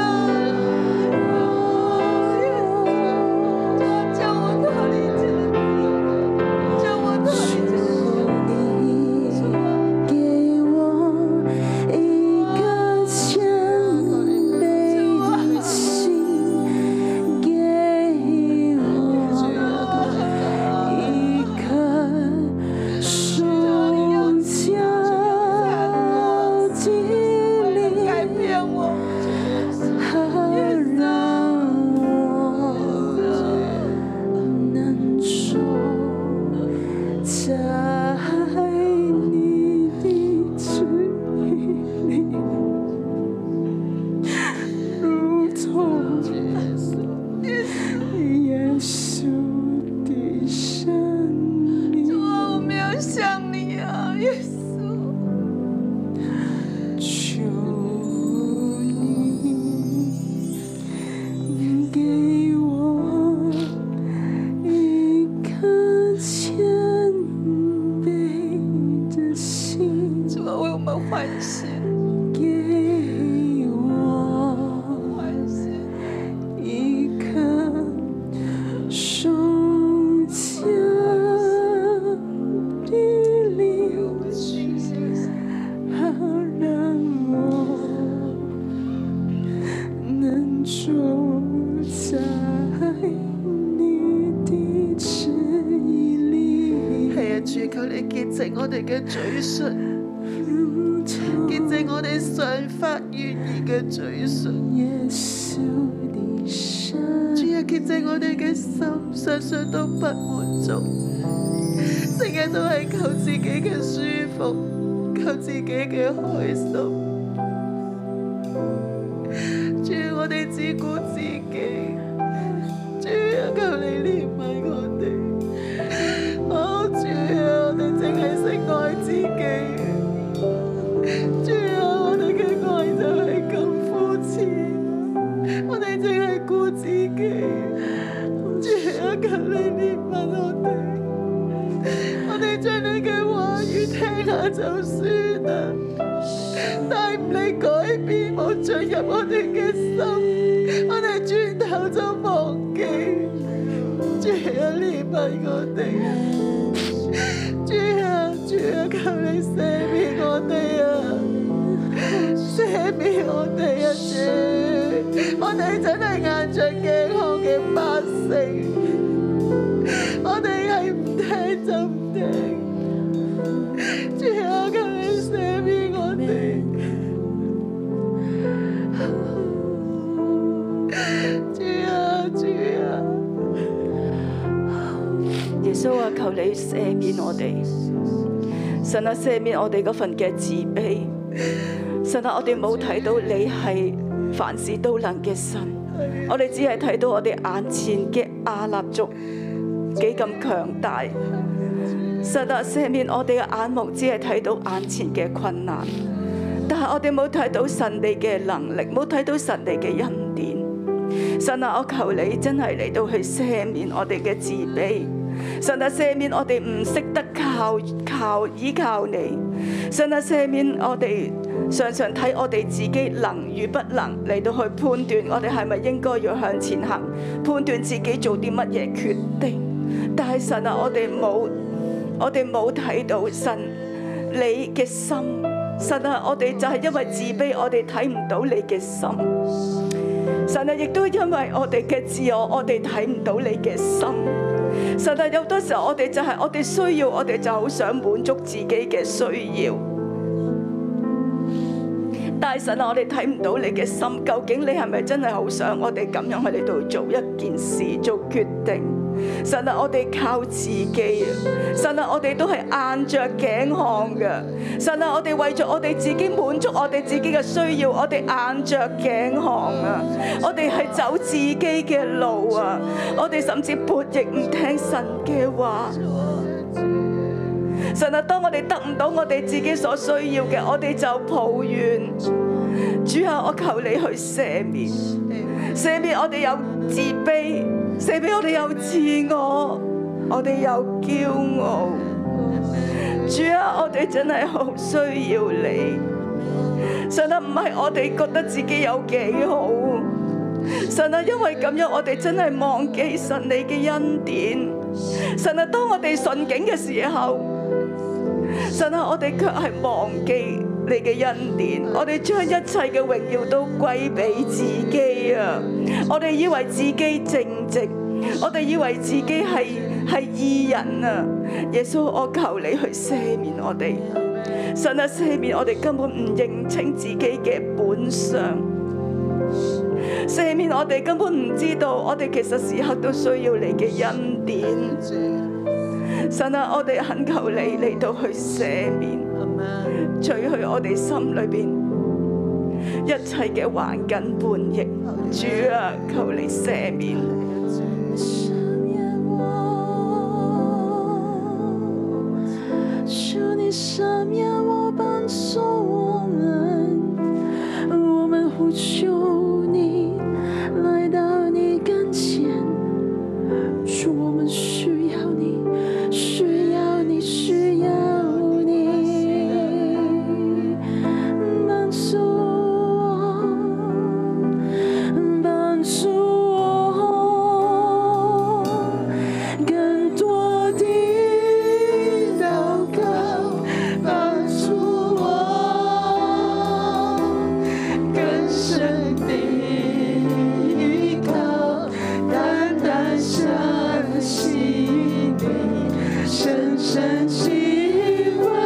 救我脱离这个。给我我哋嘅嘴唇，見證我哋常發怨言嘅嘴唇。主啊，見證我哋嘅心常常都不滿足，成日都係靠自己嘅舒服，靠自己嘅開心。主啊，我哋只顧自己。主啊，求你憐憫我哋。哦，主啊，我哋淨係識愛自己。主啊，我哋嘅愛就係咁膚淺，我哋淨係顧自己。主啊，求你憐憫我哋。我哋將你嘅話語聽下就算啦，但係唔理改變，冇進入我哋嘅心，我哋轉頭就忘記。主啊，憐憫我哋。主啊，主啊，求你赦免我哋啊，赦免我哋啊，主！我哋真係硬着頸項嘅百姓，我哋係唔聽就唔聽。主啊，求你赦免我哋。主啊，主啊！ 耶穌啊，求你赦免我哋。神啊，赦免我哋嗰份嘅自卑。神啊，我哋冇睇到你係凡事都能嘅神，我哋只係睇到我哋眼前嘅亞納族幾咁強大。神啊，赦免我哋嘅眼目，只係睇到眼前嘅困難，但係我哋冇睇到神你嘅能力，冇睇到神你嘅恩典。神啊，我求你真係嚟到去赦免我哋嘅自卑。神啊，赦免我哋唔識得靠靠依靠你。神啊，赦免我哋常常睇我哋自己能與不能嚟到去判斷我哋係咪應該要向前行，判斷自己做啲乜嘢決定。但係神啊，我哋冇我哋冇睇到神你嘅心。神啊，我哋就係因為自卑，我哋睇唔到你嘅心。神啊，亦都因為我哋嘅自我，我哋睇唔到你嘅心。神啊，有多時候我哋就係我哋需要，我哋就好想滿足自己嘅需要。但係神啊，我哋睇唔到你嘅心，究竟你係咪真係好想我哋咁樣去嚟度做一件事、做決定？神啊，我哋靠自己啊！神啊，我哋都係硬着頸項嘅。神啊，我哋為咗我哋自己滿足我哋自己嘅需要，我哋硬着頸項啊！我哋係走自己嘅路啊！我哋甚至悖逆唔聽神嘅話。神啊，當我哋得唔到我哋自己所需要嘅，我哋就抱怨。主啊，我求你去赦免，赦免我哋有自卑，赦免我哋有自我，我哋有驕傲。主啊，我哋真係好需要你。神啊，唔係我哋覺得自己有幾好，神啊，因為咁樣我哋真係忘記神你嘅恩典。神啊，當我哋順境嘅時候，神啊，我哋卻係忘記你嘅恩典，我哋將一切嘅榮耀都歸俾自己啊！我哋以為自己正直，我哋以為自己係係義人啊！耶穌，我求你去赦免我哋，神啊，赦免我哋根本唔認清自己嘅本相，赦免我哋根本唔知道我哋其實時刻都需要你嘅恩典。神啊，我哋懇求你嚟到去赦免，除去我哋心裏邊一切嘅橫梗叛逆。主啊，求你赦免。求你赦免我，幫助我們，我們呼求你，來到你跟前，主，我們需要你。需要你，需要你，幫助我，幫助我，更多的禱告，幫助我，更深的依靠，單單相信你。深深敬畏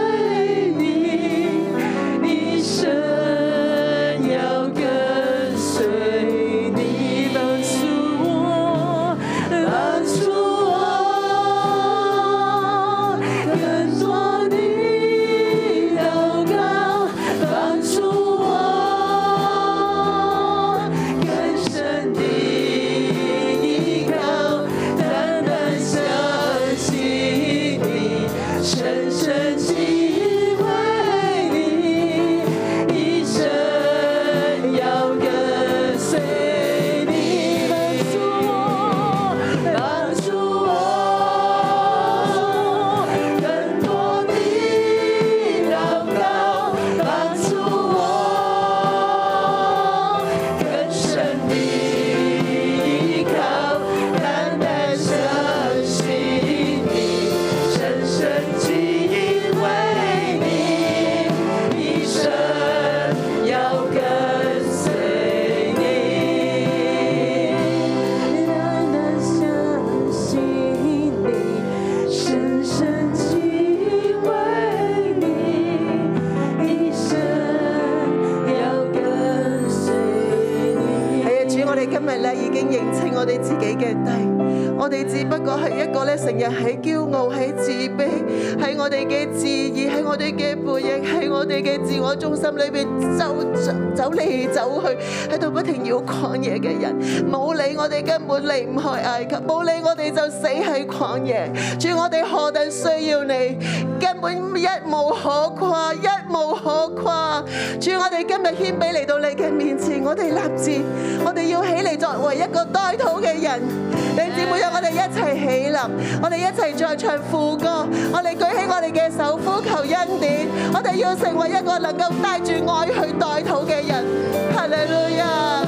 不過係一個咧成日喺驕傲、喺自卑、喺我哋嘅自義、喺我哋嘅背影、喺我哋嘅自我中心裏邊走走走嚟走去，喺度不停要曠野嘅人，冇理我哋根本離唔開埃及，冇理我哋就死喺曠野。主，我哋何等需要你，根本一無可誇，一無可誇。主，我哋今日謙卑嚟到你嘅面前，我哋立志，我哋要起嚟作為一個代禱嘅人。弟兄姊妹，讓我哋一齊起立，我哋一齊再唱副歌，我哋舉起我哋嘅手，呼求恩典。我哋要成為一個能夠帶住愛去代禱嘅人。哈利路亞！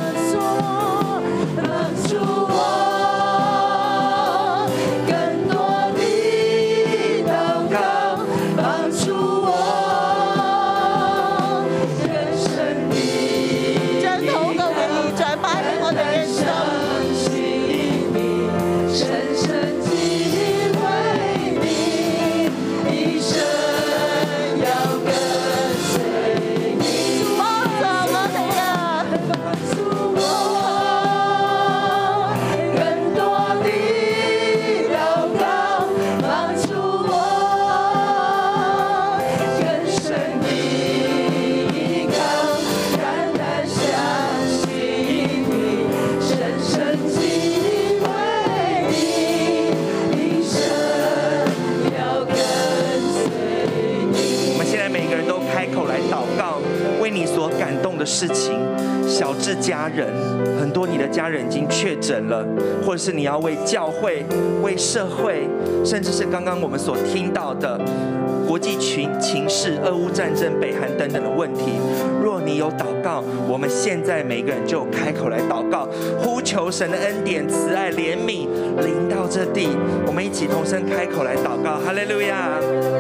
幫助我。 事情，小至家人，很多你的家人已经确诊了，或者是你要为教会、为社会，甚至是刚刚我们所听到的国际群情势、俄乌战争、北韩等等的问题。若你有祷告，我们现在每个人就开口来祷告，呼求神的恩典、慈爱、怜悯临到这地。我们一起同声开口来祷告，哈利路亚！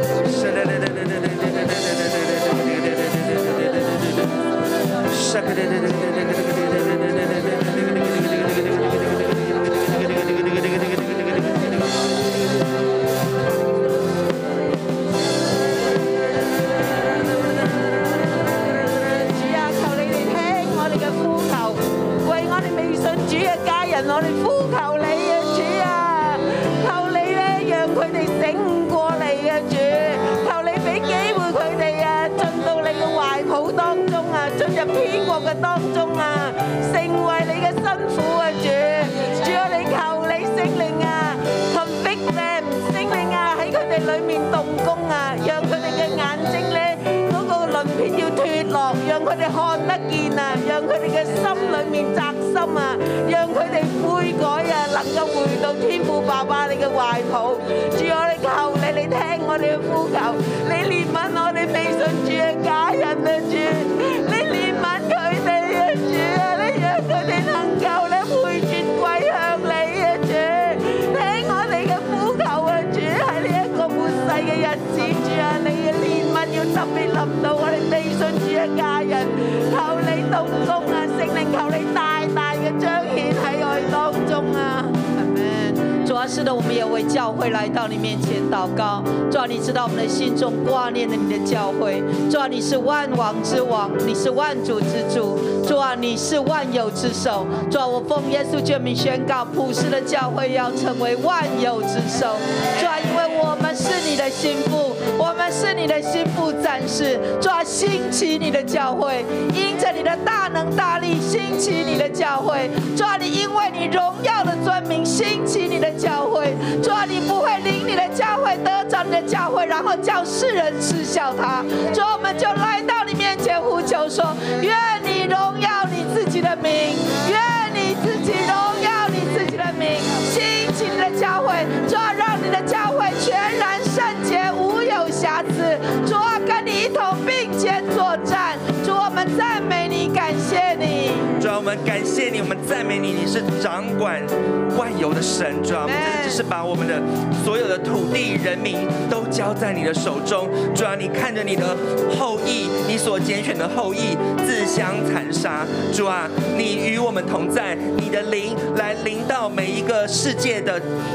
我哋呼求你啊，主啊，求你咧讓佢哋醒悟過嚟啊，主，求你俾機會佢哋啊，進到你嘅懷抱當中啊，進入天國嘅當中啊，成為你嘅辛苦啊，主，主啊，你求你聖靈啊 ，convict them，聖靈啊喺佢哋裏面動工啊，讓佢哋嘅眼睛咧嗰個鱗片要脫落，讓佢哋看得見啊，讓佢哋嘅心裏面扎心啊，讓佢哋悔改啊，能夠回到天父爸爸你嘅懷抱。主，我哋求你，你聽我哋嘅呼求，你憐憫我哋未信主嘅家人啊，主，你憐憫佢哋啊，主啊，你讓佢哋能夠咧回轉歸向你啊，主，聽我哋嘅呼求啊，主，喺呢一個末世嘅日子，主啊，你嘅憐憫要特別臨到我哋未信主嘅家人，求你動工啊，聖靈，求你大大嘅彰顯喺我哋當中啊！阿們。主啊，是的，我們也為教會來到你面前禱告。主啊，你知道我們的心中掛念了你的教會。主啊，你是萬王之王，你是萬主之主。主啊，你是萬有之首。主啊，我奉耶穌基督名宣告，普世的教會要成為萬有之首。主啊，因為我們是你的心腹，我們是你的心腹戰士。主啊，興起你的教會，因着你的大能大力興起你的教會。主啊，你因為你榮耀的尊名興起你的教會。主啊，你不會領你的教會得着你的教會，然後叫世人嗤笑他。主啊，我們就來到你面前呼求說，願你榮耀你自己的名，願你自己榮耀你自己的名，興起你的教會。主啊，讓你的教會全然聖潔，無有瑕疵。主啊，跟你一同並肩作戰。主，我們讚美你，感謝你。 主啊，我們感謝你，我們讚美你，你是掌管萬有的神。主啊，我們真的就是把我們的所有的土地人民都交在你的手中。主啊，你看着你的後裔，你所揀選的後裔自相殘殺。主啊，你與我們同在，你的靈來臨到每一個世界的掌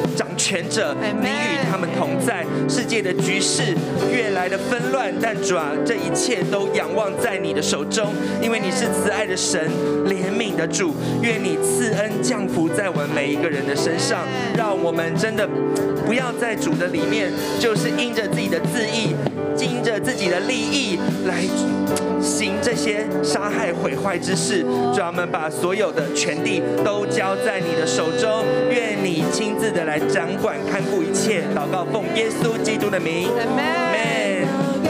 权者，你与他们同在。世界的局势越来的纷乱，但主啊，这一切都仰望在你的手中，因为你是慈爱的神，怜悯的主。愿你赐恩降福在我们每一个人的身上，让我们真的不要在主的里面，就是因着自己的自义，因着自己的利益来行这些杀害毁坏之事。主啊，我们把所有的权力都交在你的手中，愿你亲自的来掌管看顾一切。祷告奉耶稣基督的名，阿门。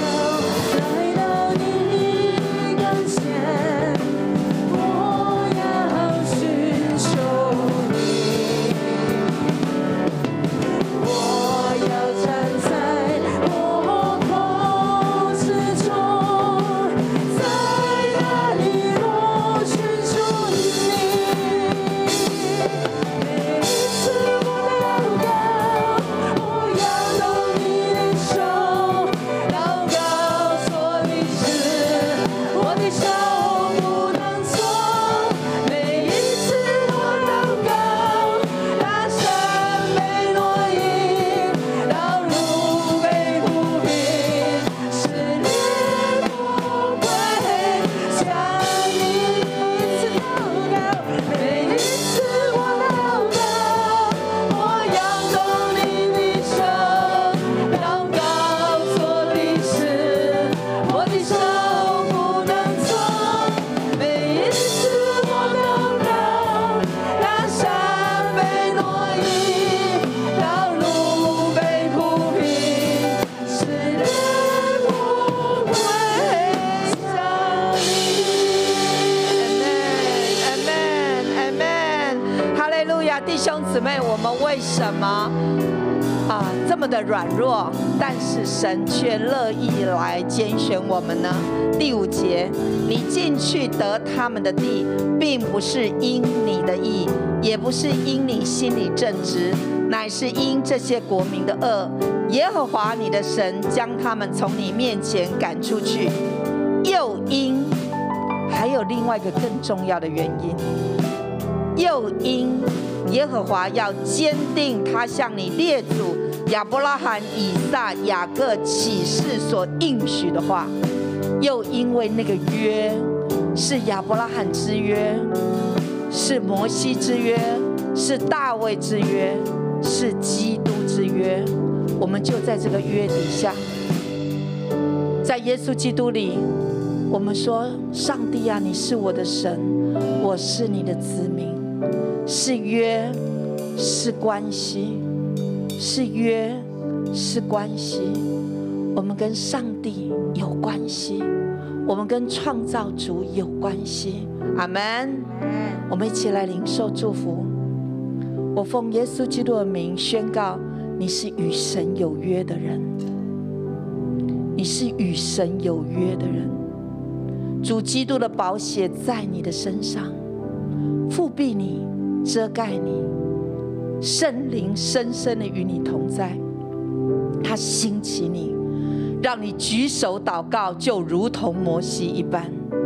的软弱，但是神却乐意来拣选我们呢。第五节，你进去得他们的地，并不是因你的义，也不是因你心里正直，乃是因这些国民的恶。耶和华你的神将他们从你面前赶出去，又因还有另外一个更重要的原因，又因耶和华要坚定他向你列祖亚伯拉罕、以撒、雅各起誓所应许的话，又因为那个约是亚伯拉罕之约，是摩西之约，是大卫之约，是基督之约，我们就在这个约底下，在耶稣基督里，我们说：上帝啊，你是我的神，我是你的子民。是约，是关系，是约，是关系。我们跟上帝有关系，我们跟创造主有关系。阿们。我们一起来领受祝福。我奉耶稣基督的名宣告，你是与神有约的人，你是与神有约的人。主基督的宝血在你的身上，覆庇你，遮盖你，圣灵深深的与你同在，他兴起你，让你举手祷告，就如同摩西一般。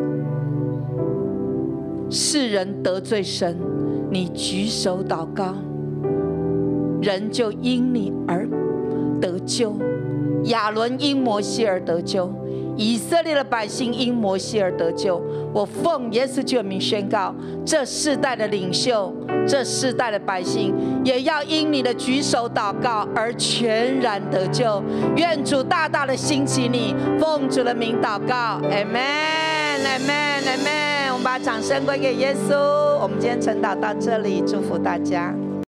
世人得罪神，你举手祷告，人就因你而得救。亚伦因摩西而得救，以色列的百姓因摩西而得救。我奉耶稣基督的名宣告，这世代的领袖，这世代的百姓，也要因你的举手祷告而全然得救。愿主大大的兴起你，奉主的名祷告 ，Amen Amen Amen。我们把掌声归给耶稣。我们今天晨祷到这里，祝福大家。